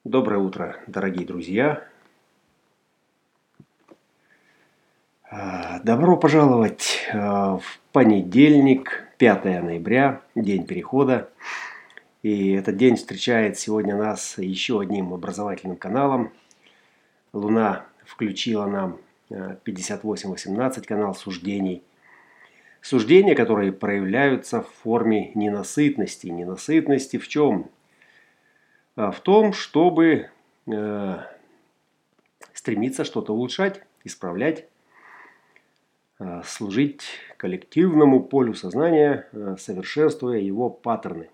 Доброе утро, дорогие друзья! Добро пожаловать в понедельник, 5 ноября, день перехода. И этот день встречает сегодня нас еще одним образовательным каналом. Луна включила нам 5818, канал суждений. Суждения, которые проявляются в форме ненасытности. Ненасытности в чем? В том, чтобы стремиться что-то улучшать, исправлять, служить коллективному полю сознания, совершенствуя его паттерны.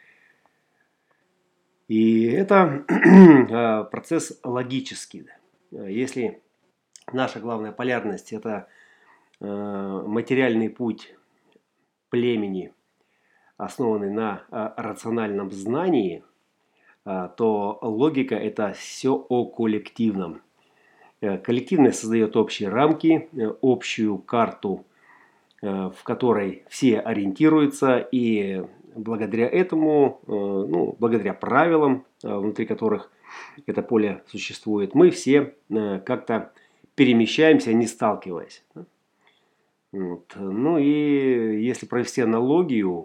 И это процесс логический. Если наша главная полярность – это материальный путь племени, основанный на рациональном знании, то логика – это все о коллективном. Коллективное создает общие рамки, общую карту, в которой все ориентируются, и благодаря этому, благодаря правилам, внутри которых это поле существует, мы все как-то перемещаемся, не сталкиваясь. Вот. Ну и если провести аналогию,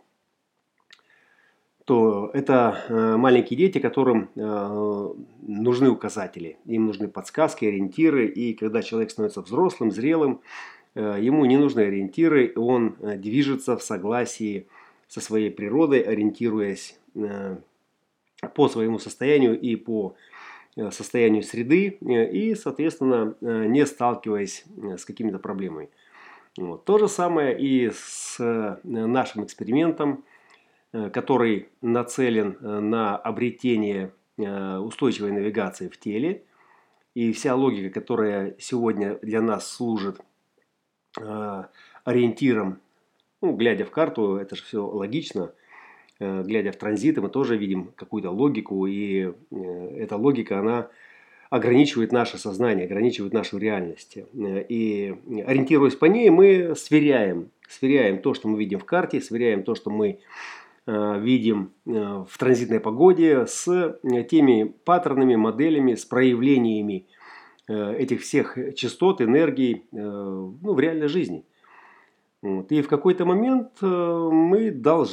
то это маленькие дети, которым нужны указатели, им нужны подсказки, ориентиры. И когда человек становится взрослым, зрелым, ему не нужны ориентиры, он движется в согласии со своей природой, ориентируясь по своему состоянию и по состоянию среды, и, соответственно, не сталкиваясь с какими-то проблемами. Вот. То же самое и с нашим экспериментом, который нацелен на обретение устойчивой навигации в теле. И вся логика, которая сегодня для нас служит ориентиром, глядя в карту, это же все логично, глядя в транзиты, мы тоже видим какую-то логику, и эта логика, она ограничивает наше сознание, ограничивает нашу реальность. И ориентируясь по ней, мы сверяем то, что мы видим в карте, сверяем то, что мы видим в транзитной погоде, с теми паттернами, моделями, с проявлениями этих всех частот, энергий в реальной жизни. Вот. И в какой-то момент мы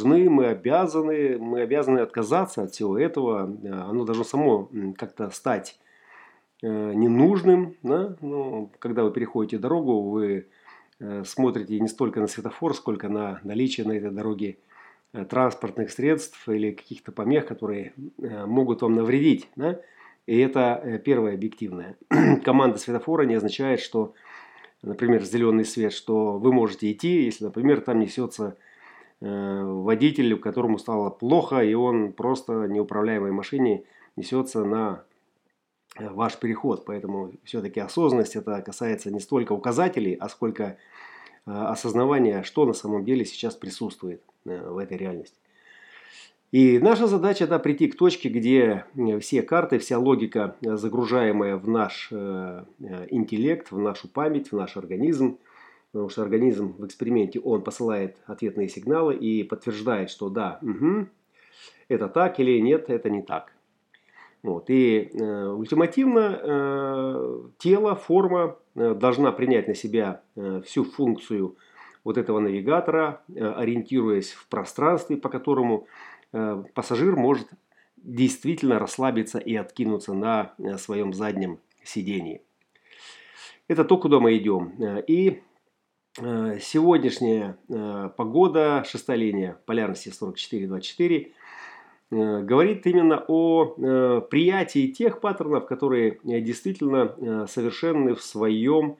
обязаны отказаться от всего этого. Оно должно само как-то стать ненужным. Да? Но когда вы переходите дорогу, вы смотрите не столько на светофор, сколько на наличие на этой дороге транспортных средств или каких-то помех, которые могут вам навредить. Да? И это первое объективное. Команда светофора не означает, что, например, зеленый свет, что вы можете идти, если, например, там несется водитель, которому стало плохо, и он просто в неуправляемой машине несется на ваш переход. Поэтому все-таки осознанность это касается не столько указателей, а сколько осознавания, что на самом деле сейчас присутствует в этой реальности. И наша задача это прийти к точке, где все карты, вся логика, загружаемая в наш интеллект, в нашу память, в наш организм, потому что организм в эксперименте, он посылает ответные сигналы и подтверждает, что да, это так или нет, это не так. Вот. И ультимативно тело, форма должна принять на себя всю функцию вот этого навигатора, ориентируясь в пространстве, по которому пассажир может действительно расслабиться и откинуться на своем заднем сидении. Это то, куда мы идем. И сегодняшняя погода, шестая линия полярности 44-24, говорит именно о приятии тех паттернов, которые действительно совершенны в своем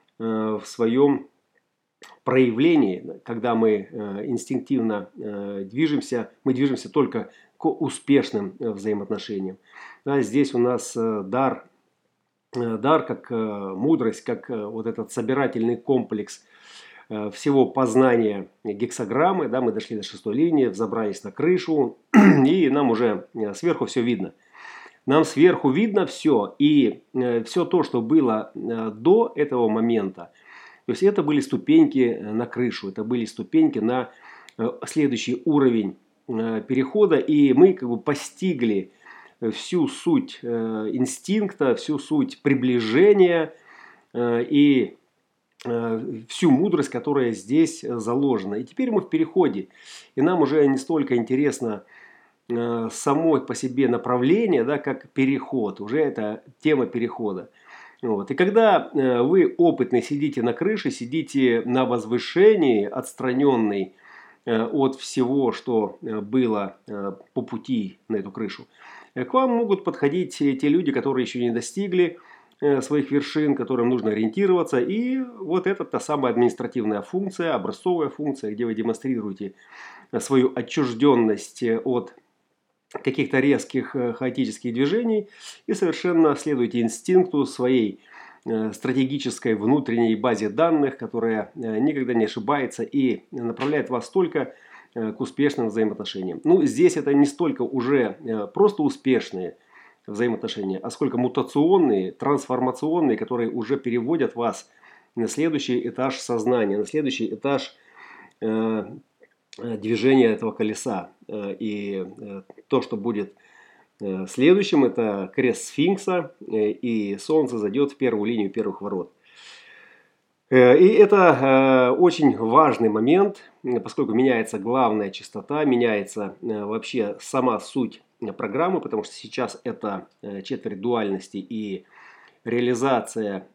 проявлении, когда мы инстинктивно движемся, мы движемся только к успешным взаимоотношениям. Да, здесь у нас дар как мудрость, как вот этот собирательный комплекс всего познания гексаграммы. Да, мы дошли до шестой линии, взобрались на крышу, и нам уже сверху все видно. Нам сверху видно все, и все то, что было до этого момента, то есть это были ступеньки на крышу, это были ступеньки на следующий уровень перехода, и мы как бы постигли всю суть инстинкта, всю суть приближения и всю мудрость, которая здесь заложена. И теперь мы в переходе. И нам уже не столько интересно само по себе направление, да, как переход. Уже это тема перехода. Вот. И когда вы опытный сидите на крыше, сидите на возвышении, отстраненный от всего, что было по пути на эту крышу, к вам могут подходить те люди, которые еще не достигли своих вершин, которым нужно ориентироваться. И вот это та самая административная функция, образцовая функция, где вы демонстрируете свою отчужденность от каких-то резких хаотических движений и совершенно следуете инстинкту своей стратегической внутренней базе данных, которая никогда не ошибается и направляет вас только к успешным взаимоотношениям. Ну, здесь это не столько уже просто успешные взаимоотношения, а сколько мутационные, трансформационные, которые уже переводят вас на следующий этаж сознания, на следующий этаж движения этого колеса. И то, что будет следующим, это крест сфинкса, и солнце зайдет в первую линию первых ворот. И это очень важный момент, поскольку меняется главная частота, меняется вообще сама суть программы, потому что сейчас это четверть дуальности и реализация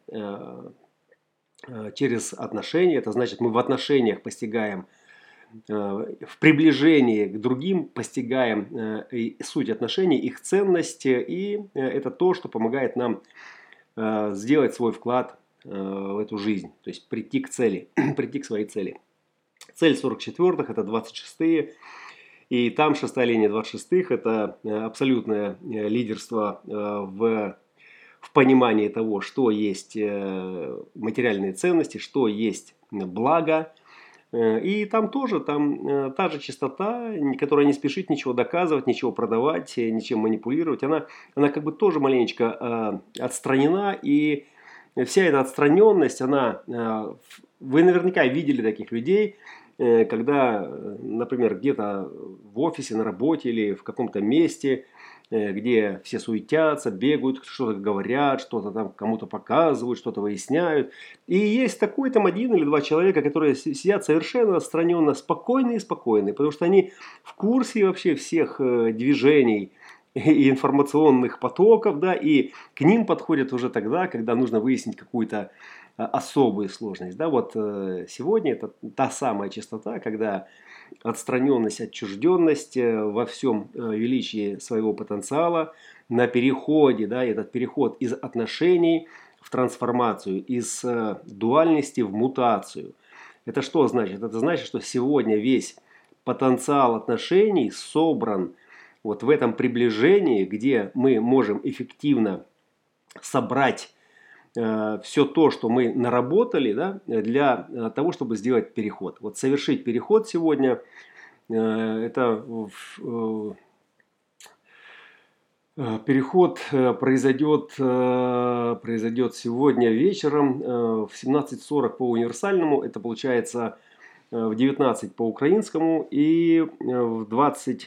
через отношения. Это значит, мы в отношениях постигаем, в приближении к другим постигаем суть отношений, их ценность. И это то, что помогает нам сделать свой вклад в эту жизнь. То есть прийти к цели, прийти к своей цели. Цель 44-х – это 26-е. И там шестая линия 26-х – это абсолютное лидерство в понимании того, что есть материальные ценности, что есть благо. И там тоже та же частота, которая не спешит ничего доказывать, ничего продавать, ничем манипулировать. Она как бы тоже маленечко отстранена. И вся эта отстраненность, вы наверняка видели таких людей, когда, например, где-то в офисе, на работе или в каком-то месте, где все суетятся, бегают, что-то говорят, что-то там кому-то показывают, что-то выясняют. И есть такой там один или два человека, которые сидят совершенно отстраненно, спокойные, потому что они в курсе вообще всех движений и информационных потоков, да, и к ним подходят уже тогда, когда нужно выяснить какую-то особую сложность. Да, вот сегодня это та самая частота, когда отстраненность, отчужденность во всем величии своего потенциала на переходе, да, этот переход из отношений в трансформацию, из дуальности в мутацию. Это что значит? Это значит, что сегодня весь потенциал отношений собран вот в этом приближении, где мы можем эффективно собрать все то, что мы наработали, да, для того, чтобы сделать переход. Вот совершить переход сегодня, это переход произойдет сегодня вечером в 17:40 по универсальному, это получается в 19 по украинскому и в 20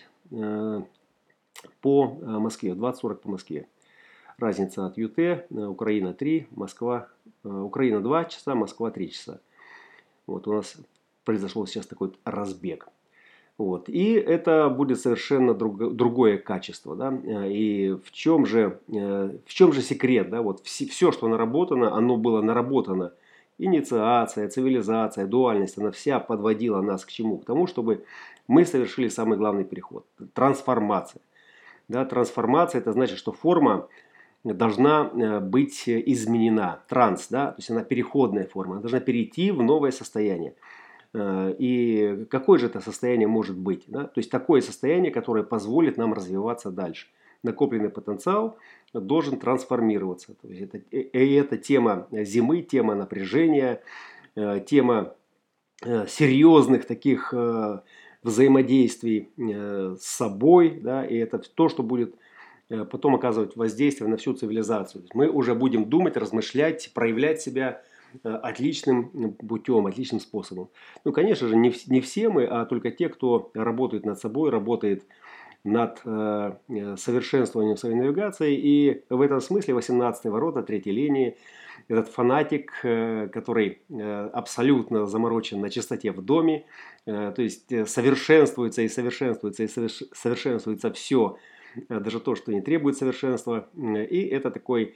по Москве, в 20:40 по Москве. Разница от ЮТ, Украина 3, Москва, Украина 2 часа, Москва 3 часа. Вот у нас произошел сейчас такой разбег. Вот. И это будет совершенно другое качество. Да? И в чем же секрет? Да? Вот все, что наработано, оно было наработано. Инициация, цивилизация, дуальность, она вся подводила нас к чему? К тому, чтобы мы совершили самый главный переход. Трансформация. Да? Трансформация – это значит, что форма должна быть изменена. Транс, да? То есть она переходная форма. Она должна перейти в новое состояние. И какое же это состояние может быть? Да? То есть такое состояние, которое позволит нам развиваться дальше. Накопленный потенциал должен трансформироваться. То есть это тема зимы, тема напряжения, тема серьезных таких взаимодействий с собой. Да? И это то, что будет потом оказывать воздействие на всю цивилизацию. Мы уже будем думать, размышлять, проявлять себя отличным путем, отличным способом. Ну, конечно же, не все мы, а только те, кто работает над собой, работает над совершенствованием своей навигации. И в этом смысле 18-е ворота третьей линии, этот фанатик, который абсолютно заморочен на чистоте в доме, то есть совершенствуется и совершенствуется и совершенствуется все, даже то, что не требует совершенства. И это такой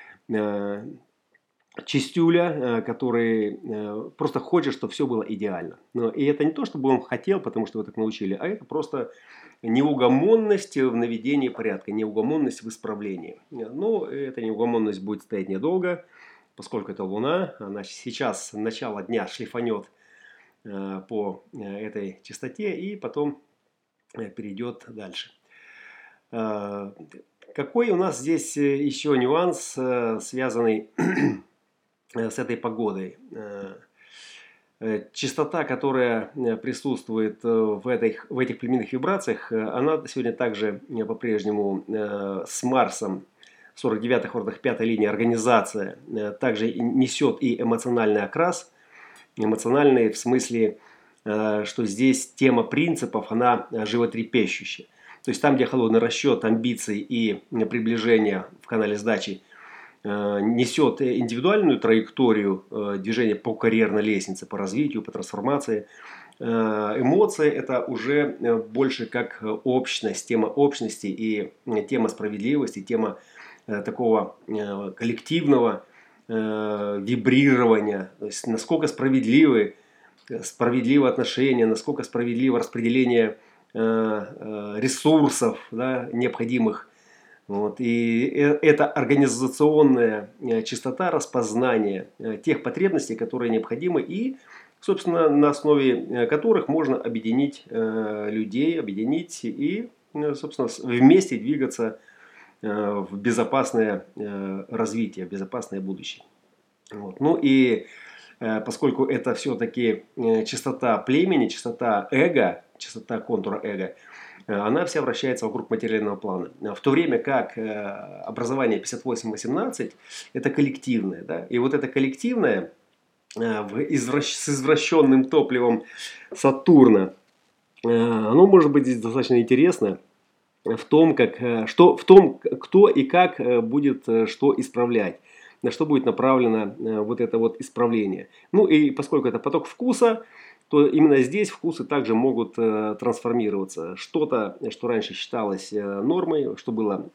чистюля, который просто хочет, чтобы все было идеально. И это не то, чтобы он хотел, потому что его так научили, а это просто неугомонность в наведении порядка, неугомонность в исправлении. Но эта неугомонность будет стоять недолго, поскольку это Луна. Она сейчас начало дня шлифанет по этой частоте и потом перейдет дальше. Какой у нас здесь еще нюанс, связанный с этой погодой? Частота, которая присутствует в этих племенных вибрациях, она сегодня также по-прежнему с Марсом, 49-х ордах 5-й линии организация, также несет и эмоциональный окрас. Эмоциональный в смысле, что здесь тема принципов, она животрепещущая. То есть там, где холодный расчет, амбиций и приближение в канале сдачи несет индивидуальную траекторию движения по карьерной лестнице, по развитию, по трансформации, эмоции это уже больше как общность, тема общности и тема справедливости, тема такого коллективного вибрирования, то есть насколько справедливы отношения, насколько справедливо распределение ресурсов, да, необходимых. Вот. И это организационная чистота распознания тех потребностей, которые необходимы, и, собственно, на основе которых можно объединить людей, объединить и, собственно, вместе двигаться в безопасное развитие, в безопасное будущее. Вот. Ну и поскольку это все-таки частота племени, частота эго, частота контура эго, она вся вращается вокруг материального плана. В то время как образование 58-18 это коллективное. Да? И вот это коллективное с извращенным топливом Сатурна, оно может быть здесь достаточно интересно в том, кто и как будет что исправлять, на что будет направлено вот это вот исправление. Ну и поскольку это поток вкуса, то именно здесь вкусы также могут трансформироваться. Что-то, что раньше считалось нормой, что было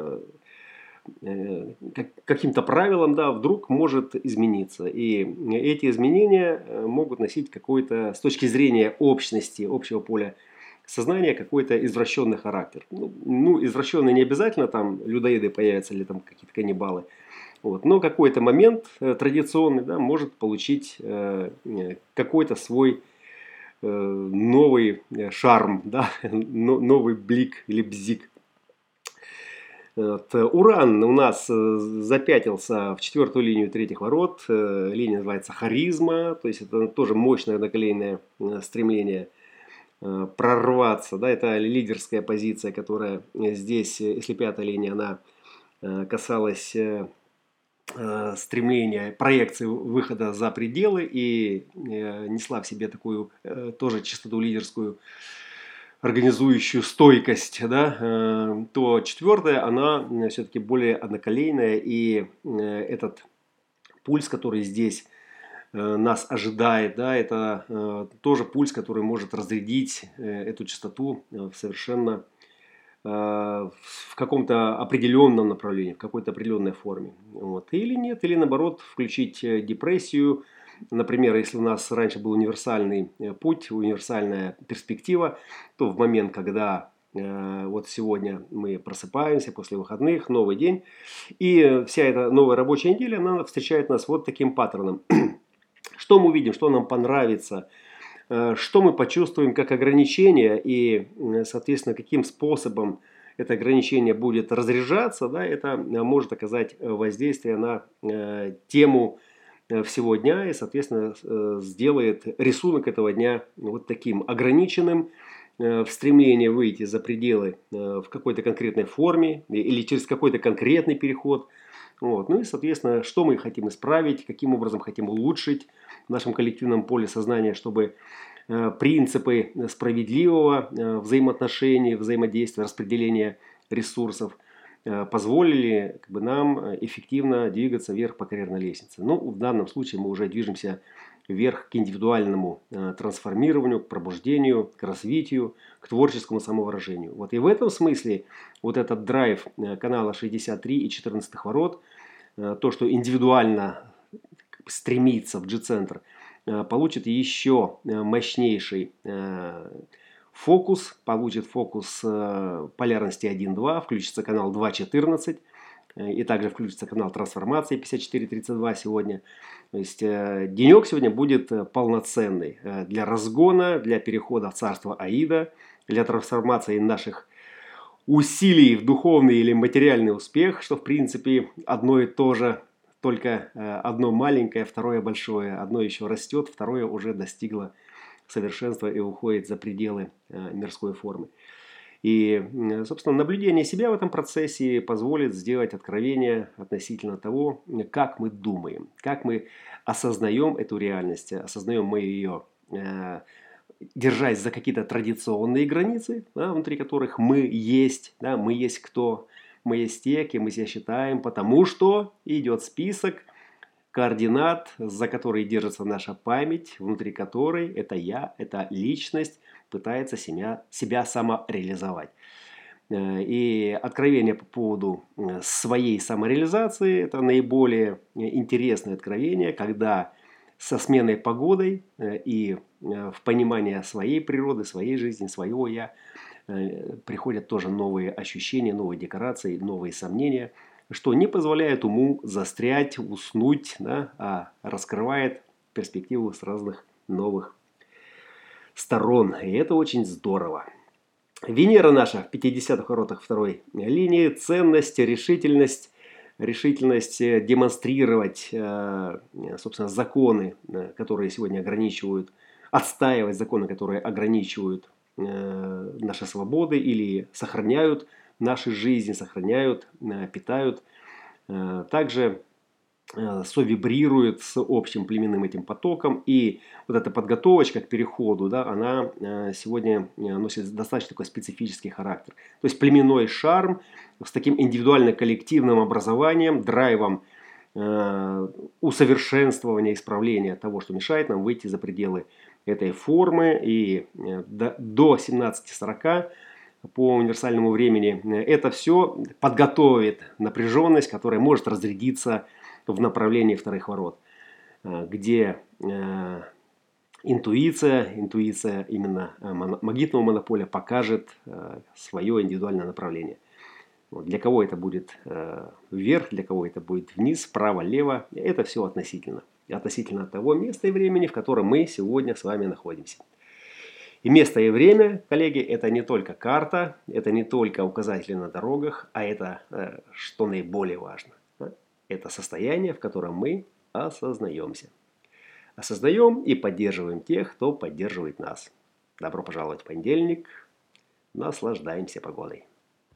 каким-то правилом, да, вдруг может измениться. И эти изменения могут носить какой-то, с точки зрения общности, общего поля сознания, какой-то извращенный характер. Ну, извращенный не обязательно, там людоеды появятся или там какие-то каннибалы. Вот. Но какой-то момент традиционный, да, может получить какой-то свой новый шарм, да, новый блик или бзик. Вот. Уран у нас запятился в 4-ю линию третьих ворот. Линия называется харизма, то есть это тоже мощное наколенное стремление прорваться. Да, это лидерская позиция, которая здесь, если 5-я линия, она касалась стремления, проекции выхода за пределы и несла в себе такую тоже чистоту лидерскую, организующую стойкость, да, то 4-я, она все-таки более одноколейная, и этот пульс, который здесь нас ожидает, да, это тоже пульс, который может разрядить эту частоту в совершенно в каком-то определенном направлении, в какой-то определенной форме. Вот. Или нет, или наоборот включить депрессию. Например, если у нас раньше был универсальный путь, универсальная перспектива, то в момент, когда вот сегодня мы просыпаемся после выходных, новый день, и вся эта новая рабочая неделя, она встречает нас вот таким паттерном. Что мы увидим, что нам понравится, что мы почувствуем как ограничение и, соответственно, каким способом это ограничение будет разряжаться, да, это может оказать воздействие на тему всего дня и, соответственно, сделает рисунок этого дня вот таким ограниченным в стремлении выйти за пределы в какой-то конкретной форме или через какой-то конкретный переход. Вот. Ну и, соответственно, что мы хотим исправить, каким образом хотим улучшить в нашем коллективном поле сознания, чтобы принципы справедливого взаимоотношения, взаимодействия, распределения ресурсов позволили нам эффективно двигаться вверх по карьерной лестнице. Ну, в данном случае мы уже движемся вверх к индивидуальному трансформированию, к пробуждению, к развитию, к творческому самовыражению. Вот и в этом смысле вот этот драйв канала 63 и 14 ворот, то, что индивидуально стремится в G-центр, получит еще мощнейший фокус, получит фокус полярности 1.2, включится канал 2.14, и также включится канал трансформации 54.32 сегодня. То есть денек сегодня будет полноценный для разгона, для перехода в царство Аида, для трансформации наших усилий в духовный или материальный успех, что в принципе одно и то же, только одно маленькое, второе большое, одно еще растет, второе уже достигло совершенства и уходит за пределы мирской формы. И, собственно, наблюдение себя в этом процессе позволит сделать откровение относительно того, как мы думаем, как мы осознаем эту реальность, осознаем мы ее, держась за какие-то традиционные границы, да, внутри которых мы есть, да, мы есть кто, мы есть те, кем мы себя считаем, потому что идет список координат, за которые держится наша память, внутри которой это я, это личность пытается себя самореализовать. И откровение по поводу своей самореализации – это наиболее интересное откровение, когда со сменой погодой и в понимание своей природы, своей жизни, своего «я» приходят тоже новые ощущения, новые декорации, новые сомнения, что не позволяет уму застрять, уснуть, да, а раскрывает перспективу с разных новых сторон. И это очень здорово. Венера наша в 50-х воротах второй линии. Ценность, решительность демонстрировать, собственно, законы, которые сегодня ограничивают, отстаивать законы, которые ограничивают наши свободы или сохраняют наши жизни, сохраняют, питают. Также совибрирует с общим племенным этим потоком. И вот эта подготовочка к переходу, да, она сегодня носит достаточно такой специфический характер. То есть племенной шарм с таким индивидуально-коллективным образованием, драйвом усовершенствования, исправления того, что мешает нам выйти за пределы этой формы. И до 17:40 по универсальному времени это все подготовит напряженность, которая может разрядиться в направлении вторых ворот, где интуиция именно магнитного монополя покажет свое индивидуальное направление. Вот. Для кого это будет вверх, для кого это будет вниз, вправо, лево, это все относительно. Относительно того места и времени, в котором мы сегодня с вами находимся. И место и время, коллеги, это не только карта, это не только указатели на дорогах, а это, что наиболее важно, это состояние, в котором мы осознаемся. Осознаем и поддерживаем тех, кто поддерживает нас. Добро пожаловать в понедельник. Наслаждаемся погодой.